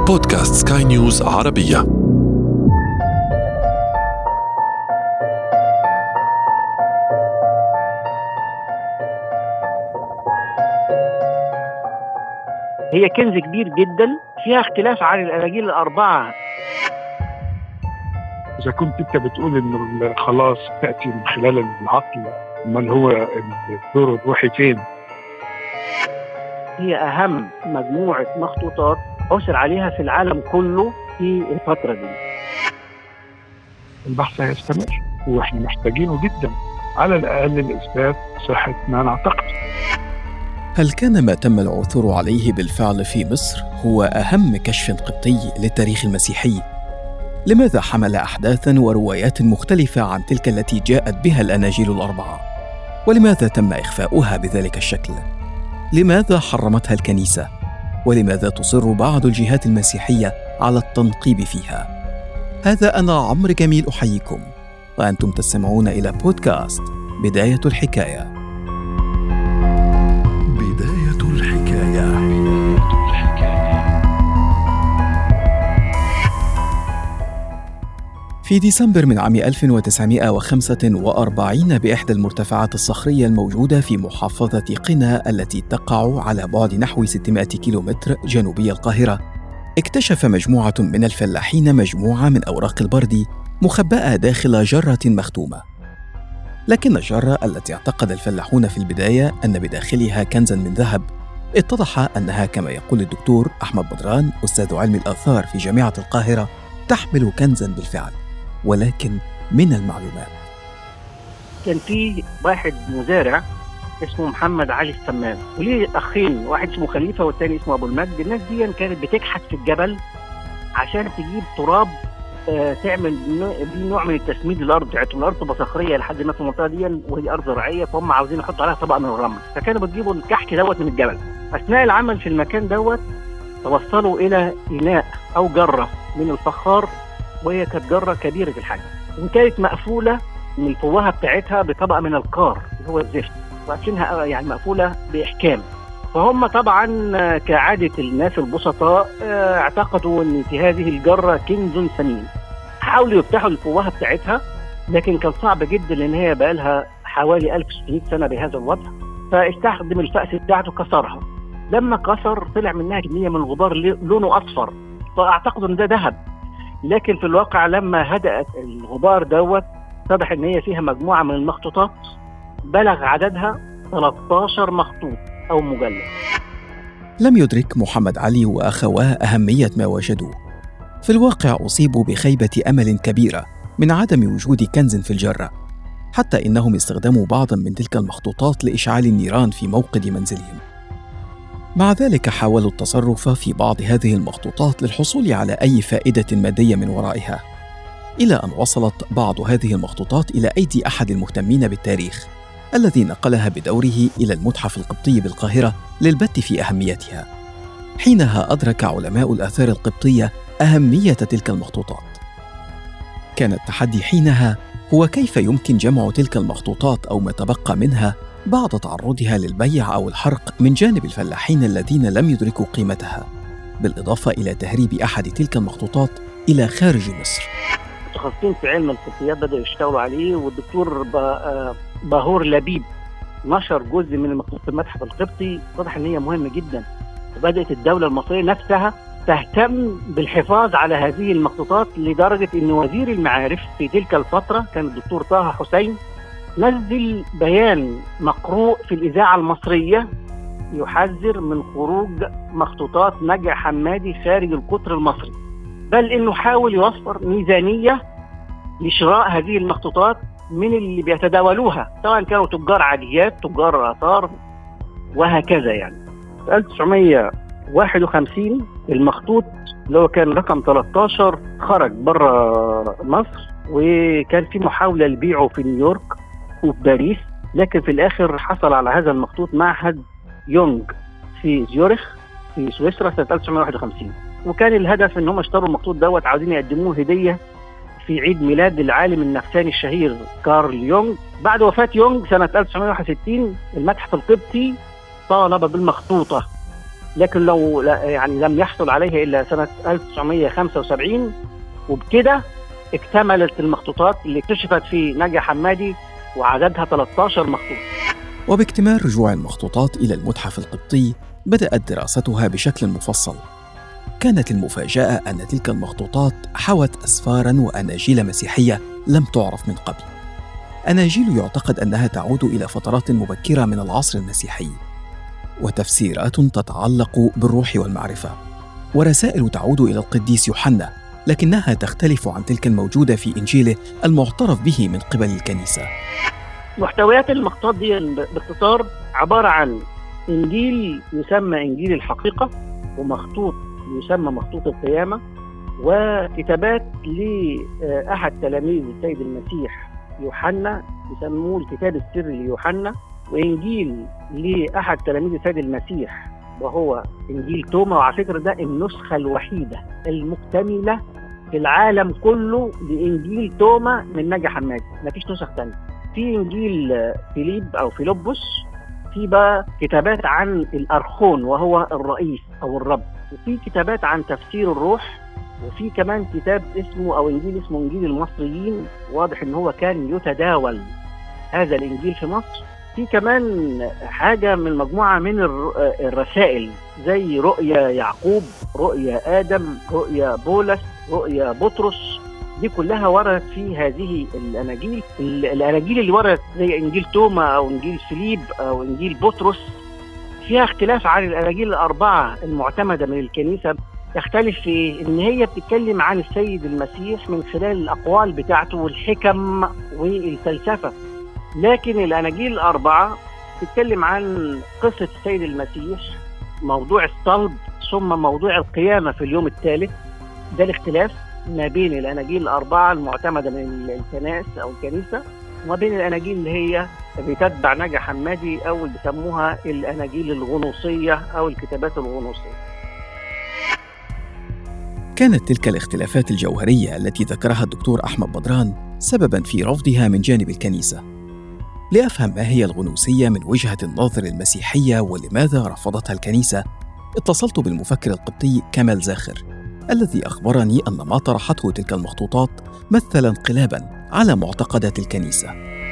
بودكاست سكاي نيوز عربية. هي كنز كبير جدا فيها اختلاف عن الأناجيل الأربعة. إذا كنت أنت بتقول إنه الخلاص تأتي من خلال العقل، من هو الدور الروحي فين؟ هي أهم مجموعة مخطوطات عثر عليها في العالم كله في الفترة دي. البحث هيستمر وإحنا محتاجينه جدا، على الأقل لإثبات صحة ما نعتقد. هل كان ما تم العثور عليه بالفعل في مصر هو أهم كشف قبطي للتاريخ المسيحي؟ لماذا حمل أحداثاً وروايات مختلفة عن تلك التي جاءت بها الأناجيل الأربعة؟ ولماذا تم إخفاؤها بذلك الشكل؟ لماذا حرمتها الكنيسة؟ ولماذا تصر بعض الجهات المسيحية على التنقيب فيها؟ هذا أنا عمرو جميل أحييكم، وأنتم تستمعون إلى بودكاست بداية الحكاية. في ديسمبر من عام 1945 بإحدى المرتفعات الصخرية الموجودة في محافظة قنا التي تقع على بعد نحو 600 كيلومتر جنوبي القاهرة، اكتشف مجموعة من الفلاحين مجموعة من أوراق البردي مخبأة داخل جرة مختومة. لكن الجرة التي اعتقد الفلاحون في البداية أن بداخلها كنزاً من ذهب، اتضح أنها كما يقول الدكتور أحمد بدران أستاذ علم الآثار في جامعة القاهرة تحمل كنزاً بالفعل، ولكن من المعلومات. كان في واحد مزارع اسمه محمد علي السمان، وليه أخين، واحد اسمه خليفة والتاني اسمه أبو المجد. الناس دي كانت بتكحت في الجبل عشان تجيب تراب تعمل بيه نوع من التسميد للأرض بتاعتهم. الأرض تبقى صخرية لحد ما في المنطقة دي، وهي أرض زراعية، فهم عاوزين يحطوا عليها طبقة من الرمل، فكانوا بتجيبوا الكحك دوت من الجبل. أثناء العمل في المكان دوت توصلوا إلى إناء أو جرة من الفخار، وهي كانت جرة كبيرة الحجم، وكانت مقفولة من الفوهة بتاعتها بطبقة من القار اللي هو الزفت، وقافلينها يعني مقفولة بإحكام. فهم طبعا كعادة الناس البسطاء اعتقدوا ان في هذه الجرة كنز ثمين. حاولوا يفتحوا الفوهة بتاعتها، لكن كان صعب جدا لان هي بقى لها حوالي 1600 سنة بهذا الوضع. فاستخدم الفأس بتاعته كسرها. لما كسر طلع منها كمية من الغبار لونه أصفر، فاعتقدوا ان ده ذهب. لكن في الواقع لما هدأت الغبار دوت اتضح ان هي فيها مجموعة من المخطوطات بلغ عددها 13 مخطوط أو مجلد. لم يدرك محمد علي وأخواه أهمية ما وجدوه. في الواقع أصيبوا بخيبة أمل كبيرة من عدم وجود كنز في الجرة، حتى إنهم استخدموا بعضاً من تلك المخطوطات لإشعال النيران في موقد منزلهم. مع ذلك حاولوا التصرف في بعض هذه المخطوطات للحصول على أي فائدة مادية من ورائها، إلى أن وصلت بعض هذه المخطوطات إلى أيدي أحد المهتمين بالتاريخ، الذي نقلها بدوره إلى المتحف القبطي بالقاهرة للبت في أهميتها. حينها أدرك علماء الآثار القبطية أهمية تلك المخطوطات. كان التحدي حينها هو كيف يمكن جمع تلك المخطوطات أو ما تبقى منها بعد تعرضها للبيع أو الحرق من جانب الفلاحين الذين لم يدركوا قيمتها، بالإضافة إلى تهريب أحد تلك المخطوطات إلى خارج مصر. متخصصين في علم القبطيات بدأوا يشتغلوا عليه، والدكتور باهور لبيب نشر جزء من المخطوطات في المتحف القبطي. واضح ان هي مهمة جدا، وبدأت الدولة المصرية نفسها تهتم بالحفاظ على هذه المخطوطات، لدرجة ان وزير المعارف في تلك الفترة كان الدكتور طه حسين نزل بيان مقروء في الإذاعة المصرية يحذر من خروج مخطوطات نجع حمادي خارج القطر المصري، بل انه حاول يوفر ميزانية لشراء هذه المخطوطات من اللي بيتداولوها، سواء كانوا تجار عاديات، تجار آثار، وهكذا. يعني في 1951 المخطوط اللي هو كان رقم 13 خرج بره مصر، وكان في محاولة لبيعه في نيويورك وفي باريس، لكن في الآخر حصل على هذا المخطوط معهد يونغ في زيورخ في سويسرا سنة 1951. وكان الهدف ان هم اشتروا المخطوط دوت عاوزين يقدموه هدية في عيد ميلاد العالم النفساني الشهير كارل يونغ. بعد وفاة يونغ سنة 1961 المتحف القبطي طالب بالمخطوطة لكن لو يعني لم يحصل عليها إلا سنة 1975، وبكده اكتملت المخطوطات اللي اكتشفت في نجع حمادي وعددها 13 مخطوط. وباكتمال رجوع المخطوطات إلى المتحف القبطي بدأت دراستها بشكل مفصل. كانت المفاجأة أن تلك المخطوطات حوت أسفاراً وأناجيل مسيحية لم تعرف من قبل. أناجيل يعتقد أنها تعود إلى فترات مبكرة من العصر المسيحي، وتفسيرات تتعلق بالروح والمعرفة، ورسائل تعود إلى القديس يوحنا، لكنها تختلف عن تلك الموجودة في إنجيله المعترف به من قبل الكنيسة. محتويات المخطوطات دي باختصار عبارة عن إنجيل يسمى إنجيل الحقيقة، ومخطوط يسمى مخطوط القيامة، وكتابات لأحد تلاميذ السيد المسيح يوحنا يسموه الكتاب السري ليوحنا، وإنجيل لأحد تلاميذ السيد المسيح وهو إنجيل توما. وعلى فكرة ده النسخة الوحيدة المكتملة في العالم كله لإنجيل توما من نجع حمادي، مفيش نسخ تانية. في إنجيل فيليب أو فيلبس، في بقى كتابات عن الأرخون وهو الرئيس أو الرب، وفي كتابات عن تفسير الروح، وفي كمان كتاب اسمه أو إنجيل اسمه إنجيل المصريين، واضح إن هو كان يتداول هذا الإنجيل في مصر. في كمان حاجة من مجموعة من الرسائل زي رؤيا يعقوب، رؤيا آدم، رؤيا بولس، رؤيا بطرس، دي كلها وردت في هذه الأناجيل. الأناجيل اللي وردت زي إنجيل توما أو إنجيل فيليب أو إنجيل بطرس فيها اختلاف عن الأناجيل الأربعة المعتمدة من الكنيسة. تختلف في إن هي بتتكلم عن السيد المسيح من خلال الأقوال بتاعته والحكم والفلسفة، لكن الأناجيل الأربعة تتكلم عن قصة السيد المسيح، موضوع الصلب، ثم موضوع القيامة في اليوم الثالث. ده الاختلاف ما بين الأناجيل الأربعة المعتمدة من الكنائس أو الكنيسة وما بين الأناجيل اللي هي بتتبع نجع حمادي أو اللي بيسموها الأناجيل الغنوصية أو الكتابات الغنوصية. كانت تلك الاختلافات الجوهرية التي ذكرها الدكتور أحمد بدران سبباً في رفضها من جانب الكنيسة. لأفهم ما هي الغنوصية من وجهة النظر المسيحية ولماذا رفضتها الكنيسة، اتصلت بالمفكر القبطي كمال زاخر الذي أخبرني أن ما طرحته تلك المخطوطات مثل انقلاباً على معتقدات الكنيسة.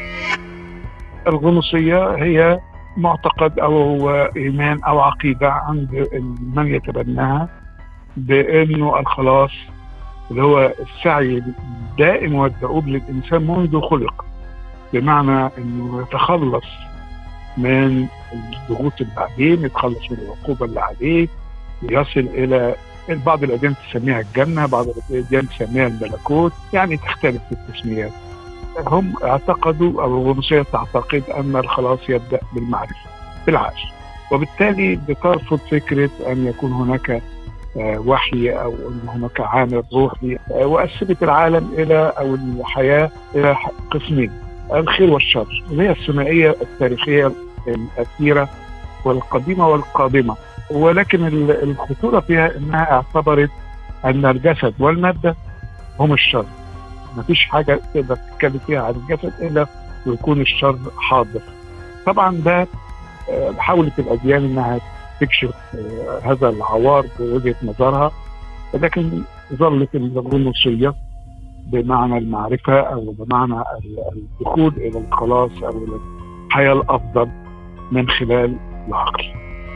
الغنوصية هي معتقد أو إيمان أو عقيدة عند من يتبناها بأنه الخلاص اللي هو السعي الدائم والدؤوب للإنسان منذ خلق، بمعنى أنه يتخلص من الضغوط اللي عليه، يتخلص من العقوبة اللي عليه، يصل إلى بعض الأديان تسميها الجنة، بعض الأديان تسميها الملكوت، يعني تختلف في التسميات. هم اعتقدوا أو الغنوصية تعتقد أن الخلاص يبدأ بالمعرفة بالعقل، وبالتالي بترفض فكرة أن يكون هناك وحي أو أن هناك عامل روحي، وقسمت العالم إلى أو الحياة إلى قسمين، الخير والشر، وهي الثنائية التاريخية الأخيرة والقديمة والقادمة. ولكن الخطورة فيها أنها اعتبرت أن الجسد والمادة هم الشر، ما فيش حاجة تقدر تتكلم فيها عن الجسد إلا ويكون الشر حاضر. طبعا ده حاولت الأديان أنها تكشف هذا العوار بوجهة نظرها، لكن ظلت الغنوصية بمعنى المعرفة أو بمعنى الدخول إلى الخلاص أو إلى الحياة الأفضل من خلال العقل.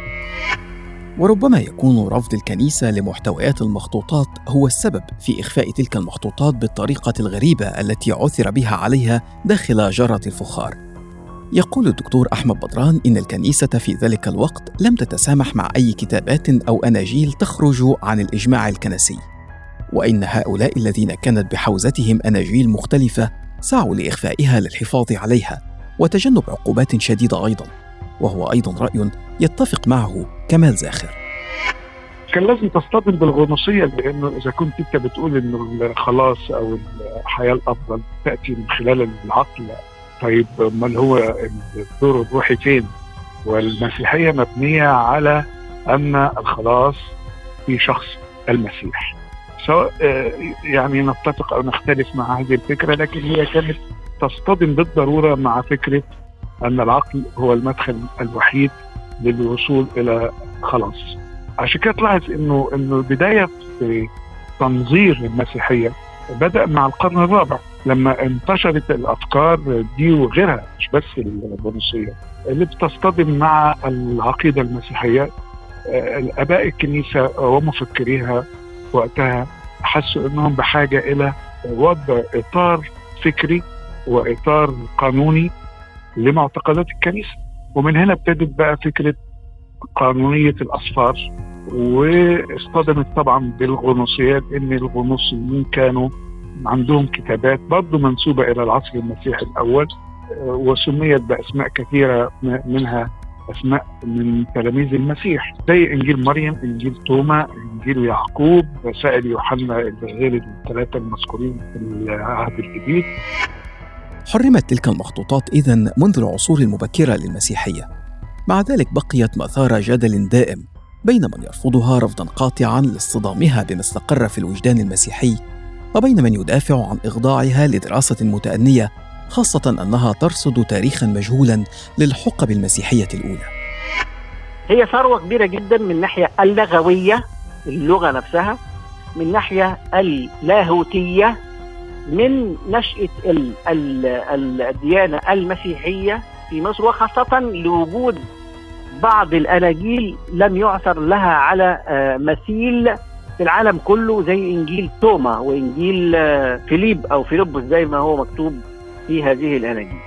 وربما يكون رفض الكنيسة لمحتويات المخطوطات هو السبب في إخفاء تلك المخطوطات بالطريقة الغريبة التي عثر بها عليها داخل جرة الفخار. يقول الدكتور أحمد بدران إن الكنيسة في ذلك الوقت لم تتسامح مع أي كتابات أو أناجيل تخرج عن الإجماع الكنسي، وإن هؤلاء الذين كانت بحوزتهم أناجيل مختلفة سعوا لإخفائها للحفاظ عليها وتجنب عقوبات شديدة أيضاً، وهو أيضاً رأي يتفق معه كمال زاخر. كان لازم تصطدم بالغنوصية، لأنه إذا كنت أنت بتقول إنه الخلاص أو الحياة الأفضل تأتي من خلال العقل، طيب ما هو الدور الروحي فين؟ والمسيحية مبنية على أن الخلاص في شخص المسيح، سواء يعني نتفق أو نختلف مع هذه الفكرة، لكن هي كانت تصطدم بالضرورة مع فكرة أن العقل هو المدخل الوحيد للوصول إلى خلاص. عشان كده تلاحظ إنه البداية في تنظير المسيحية بدأ مع القرن الرابع لما انتشرت الأفكار دي وغيرها، مش بس البوليسية اللي بتصطدم مع العقيدة المسيحية. الآباء الكنيسة ومفكريها وقتها حسوا أنهم بحاجة إلى وضع إطار فكري وإطار قانوني لمعتقدات الكنيسة. ومن هنا ابتدت بقى فكرة قانونية الأسفار، واصطدمت طبعا بالغنوصيات، إن الغنوصيين كانوا عندهم كتابات برضو منسوبة إلى العصر المسيحي الأول، وسميت بأسماء كثيرة، منها أسماء من تلاميذ المسيح زي إنجيل مريم، إنجيل توما، إنجيل يعقوب، رسائل يوحنا الغير الثلاثة المذكورين في العهد الجديد. حرمت تلك المخطوطات إذن منذ العصور المبكرة للمسيحية. مع ذلك بقيت مثار جدل دائم بين من يرفضها رفضاً قاطعاً لاصطدامها بما استقر في الوجدان المسيحي، وبين من يدافع عن إخضاعها لدراسة متأنية، خاصة أنها ترصد تاريخاً مجهولاً للحقب المسيحية الأولى. هي ثروة كبيرة جداً من ناحية اللغوية، اللغة نفسها، من ناحية اللاهوتية، من نشأة الديانة المسيحية في مصر، وخاصة لوجود بعض الأناجيل لم يعثر لها على مثيل في العالم كله، زي إنجيل توما وإنجيل فيليب أو فيلبس زي ما هو مكتوب في هذه الأناجيل.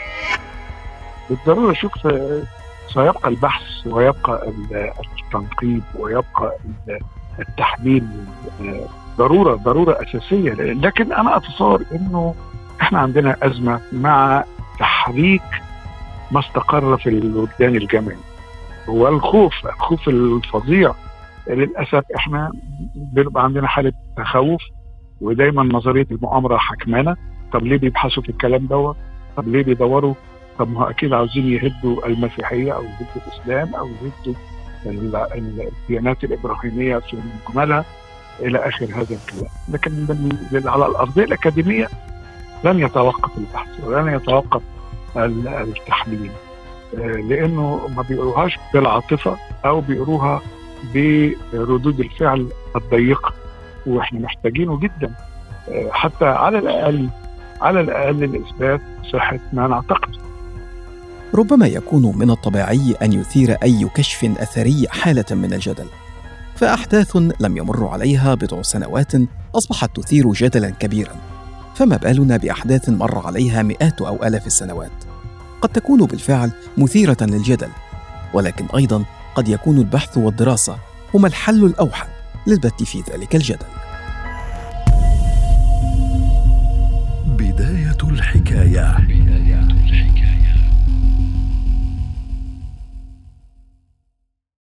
بالضرورة شوف، سيبقى البحث ويبقى التنقيب ويبقى التحليل ضرورة أساسية. لكن أنا أتصور إنه إحنا عندنا أزمة مع تحريك ما استقر في الوجدان الجمعي، والخوف الفظيع. للأسف إحنا بيبقى عندنا حالة تخوف، ودايما نظرية المؤامرة حكمانة. طب ليه بيبحثوا في الكلام دوت؟ طب ليه بيدوروا؟ طب ما هو أكيد عاوزين يهدوا المسيحية أو يهدوا الإسلام أو يهدوا الديانات الإبراهيمية في مجملها إلى آخر هذا الكلام. لكن على الأرضية الأكاديمية لن يتوقف البحث ولن يتوقف التحليل، لأنه ما بيقروهاش بالعاطفة أو بيقروها بردود الفعل الضيقة، وإحنا محتاجينه جدا حتى على الأقل لإثبات صحة ما نعتقد. ربما يكون من الطبيعي أن يثير أي كشف أثري حالة من الجدل، فأحداث لم يمر عليها بضع سنوات أصبحت تثير جدلاً كبيراً، فما بالنا بأحداث مر عليها مئات أو آلاف السنوات؟ قد تكون بالفعل مثيرة للجدل، ولكن أيضاً قد يكون البحث والدراسة هما الحل الأوحد للبت في ذلك الجدل.